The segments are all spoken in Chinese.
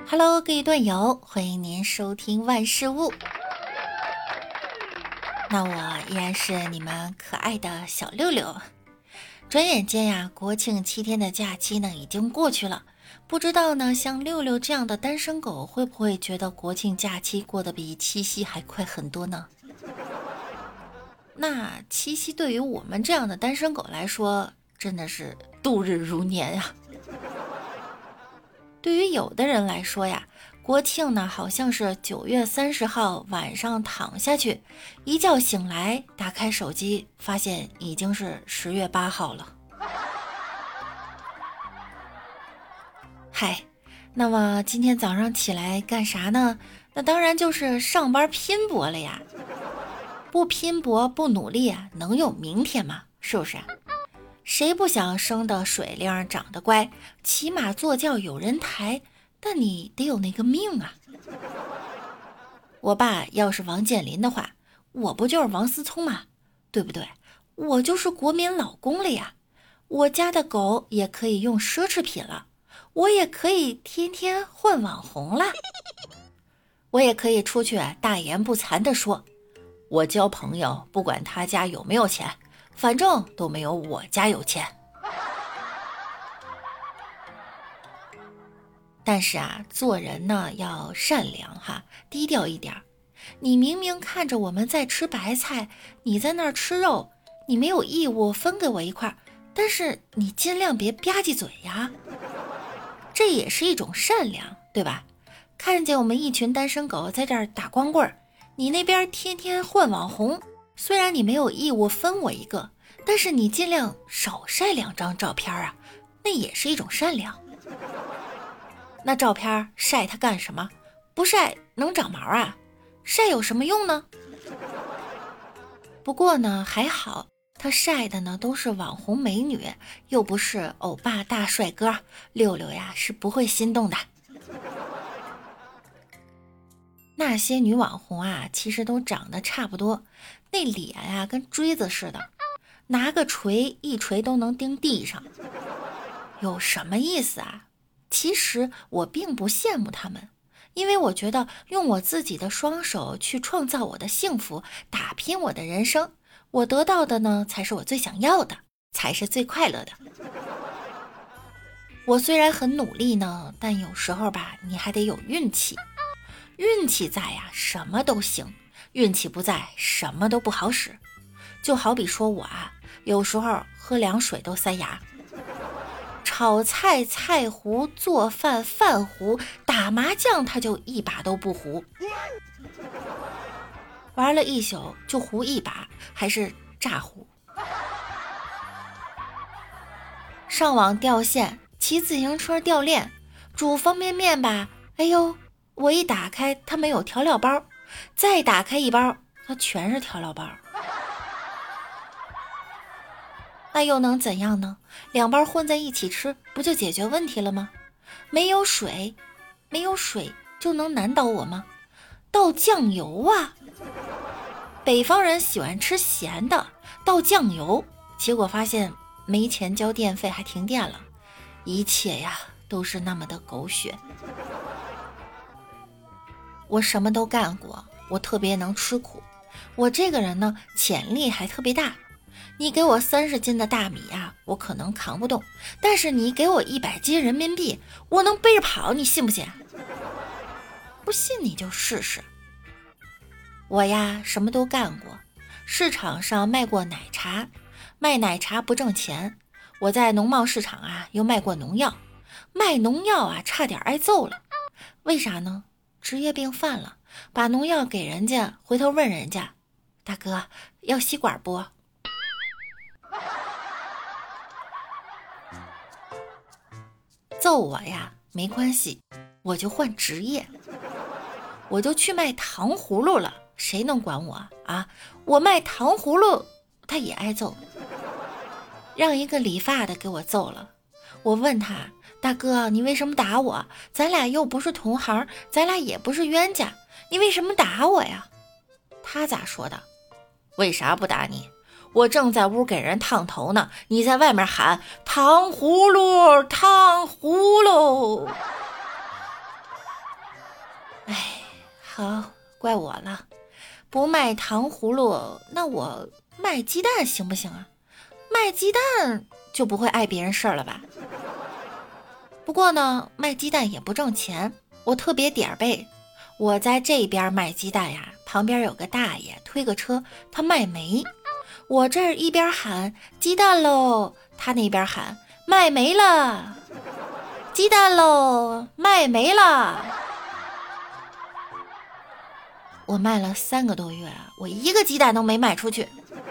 Hello，各位段友，欢迎您收听万事屋。那我依然是你们可爱的小六六。转眼间呀，国庆7天的假期呢已经过去了，不知道呢像六六这样的单身狗会不会觉得国庆假期过得比七夕还快很多呢？那七夕对于我们这样的单身狗来说，真的是度日如年呀。对于有的人来说呀，国庆呢好像是9月30号晚上躺下去，一觉醒来打开手机发现已经是10月8号了。嗨，那么今天早上起来干啥呢？那当然就是上班拼搏了呀。不拼搏不努力啊，能有明天吗？是不是？谁不想生得水灵长得乖，起码坐轿有人抬，但你得有那个命啊。我爸要是王健林的话，我不就是王思聪吗？对不对？我就是国民老公了呀。我家的狗也可以用奢侈品了，我也可以天天混网红了。我也可以出去大言不惭地说，我交朋友不管他家有没有钱，反正都没有我家有钱。但是啊，做人呢要善良哈，低调一点。你明明看着我们在吃白菜，你在那儿吃肉，你没有义务分给我一块，但是你尽量别吧唧嘴呀。这也是一种善良，对吧？看见我们一群单身狗在这儿打光棍，你那边天天混网红，虽然你没有义务分我一个，但是你尽量少晒2张照片啊，那也是一种善良。那照片晒它干什么？不晒能长毛啊？晒有什么用呢？不过呢还好，他晒的呢都是网红美女，又不是欧巴大帅哥，六六呀是不会心动的。那些女网红啊，其实都长得差不多，那脸啊跟锥子似的，拿个锤一锤都能钉地上。有什么意思啊？其实我并不羡慕他们，因为我觉得用我自己的双手去创造我的幸福，打拼我的人生，我得到的呢才是我最想要的，才是最快乐的。我虽然很努力呢，但有时候吧，你还得有运气。运气在呀，什么都行；运气不在，什么都不好使。就好比说我啊，有时候喝凉水都塞牙，炒菜菜糊，做饭饭糊，打麻将他就一把都不糊。玩了一宿就糊一把，还是炸糊。上网掉线，骑自行车掉链，煮方便面吧，哎呦，我一打开它没有调料包，再打开一包它全是调料包。那又能怎样呢？2包混在一起吃不就解决问题了吗？没有水就能难倒我吗？倒酱油啊，北方人喜欢吃咸的，倒酱油，结果发现没钱交电费还停电了，一切呀都是那么的狗血。我什么都干过，我特别能吃苦，我这个人呢潜力还特别大。你给我30斤的大米啊，我可能扛不动，但是你给我100斤人民币，我能背着跑，你信不信？不信你就试试。我呀什么都干过，市场上卖过奶茶，卖奶茶不挣钱。我在农贸市场啊又卖过农药，卖农药啊差点挨揍了。为啥呢？职业病犯了，把农药给人家，回头问人家，大哥要吸管不？揍我呀没关系，我就换职业，我就去卖糖葫芦了，谁能管我啊？我卖糖葫芦他也挨揍。让一个理发的给我揍了，我问他，大哥你为什么打我？咱俩又不是同行，咱俩也不是冤家，你为什么打我呀？他咋说的？为啥不打你？我正在屋给人烫头呢，你在外面喊糖葫芦糖葫芦。 怪我了。不卖糖葫芦，那我卖鸡蛋行不行啊？卖鸡蛋就不会碍别人事儿了吧？不过呢，卖鸡蛋也不挣钱，我特别点儿背。我在这边卖鸡蛋呀，旁边有个大爷推个车，他卖煤。我这儿一边喊鸡蛋喽，他那边喊卖煤了，鸡蛋喽，卖煤了。我卖了3个多月，我一个鸡蛋都没卖出去。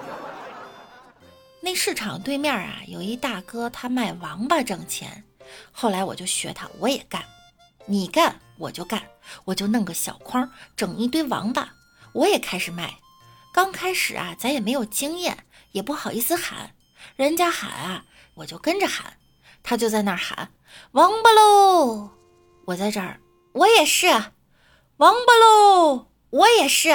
那市场对面啊，有一大哥，他卖王八挣钱。后来我就学他，我也干。你干我就干，我就弄个小筐，整一堆王八，我也开始卖。刚开始啊，咱也没有经验，也不好意思喊，人家喊啊，我就跟着喊。他就在那儿喊王八喽，我在这儿，我也是王八喽，我也是。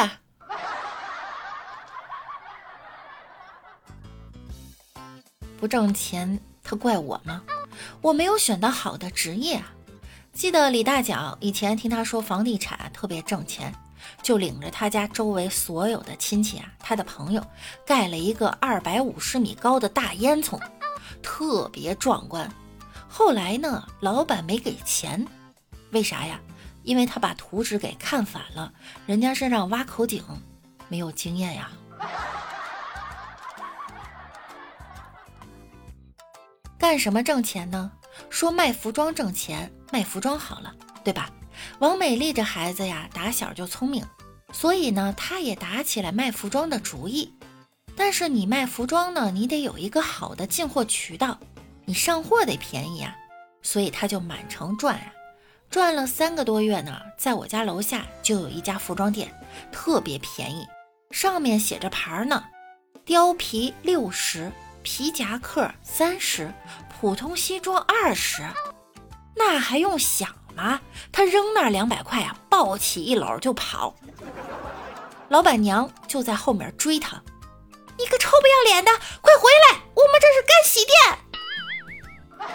不挣钱，他怪我吗？我没有选到好的职业啊。记得李大脚以前听他说房地产特别挣钱，就领着他家周围所有的亲戚啊，他的朋友盖了一个250米高的大烟囱，特别壮观。后来呢，老板没给钱，为啥呀？因为他把图纸给看反了，人家是让挖口井，没有经验呀。干什么挣钱呢？说卖服装挣钱，卖服装好了，对吧？王美丽这孩子呀，打小就聪明，所以呢，她也打起来卖服装的主意。但是你卖服装呢，你得有一个好的进货渠道，你上货得便宜啊，所以她就满城转啊，转了3个多月呢，在我家楼下就有一家服装店，特别便宜，上面写着牌呢，貂皮60，皮夹克30，普通西装20，那还用想吗？他扔那200块啊，抱起一篓就跑。老板娘就在后面追他，你个臭不要脸的，快回来，我们这是干洗店。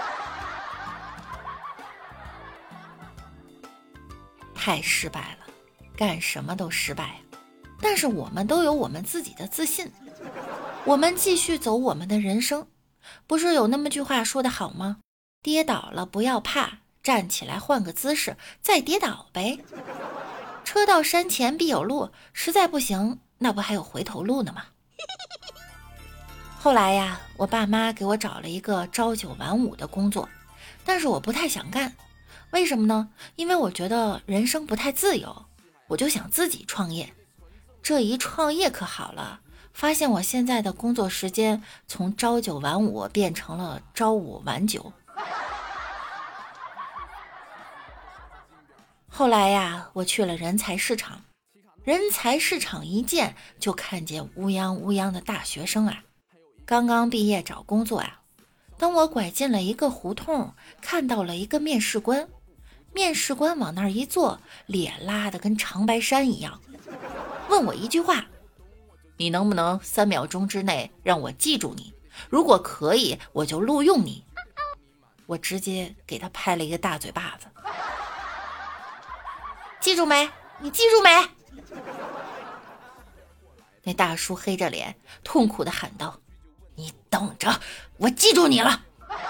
太失败了，干什么都失败。但是我们都有我们自己的自信，我们继续走我们的人生。不是有那么句话说得好吗？跌倒了不要怕，站起来换个姿势，再跌倒呗。车到山前必有路，实在不行，那不还有回头路呢吗？后来呀，我爸妈给我找了一个朝9晚5的工作，但是我不太想干。为什么呢？因为我觉得人生不太自由，我就想自己创业。这一创业可好了，发现我现在的工作时间从朝9晚5变成了朝5晚9。后来呀，我去了人才市场，人才市场一见就看见乌泱乌泱的大学生啊，刚刚毕业找工作啊。当我拐进了一个胡同，看到了一个面试官，面试官往那儿一坐，脸拉得跟长白山一样，问我一句话，你能不能3秒钟之内让我记住你？如果可以，我就录用你。我直接给他拍了一个大嘴巴子。记住没？你记住没？那大叔黑着脸，痛苦地喊道：你等着，我记住你了。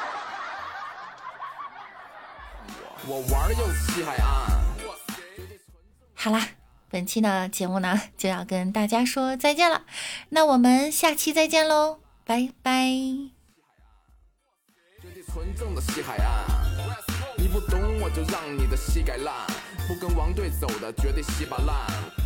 我玩游戏海岸。好啦，本期的节目呢就要跟大家说再见了，那我们下期再见喽，拜拜。纯正的西海岸，你不懂我就让你的膝盖烂，不跟王队走的绝对稀巴烂。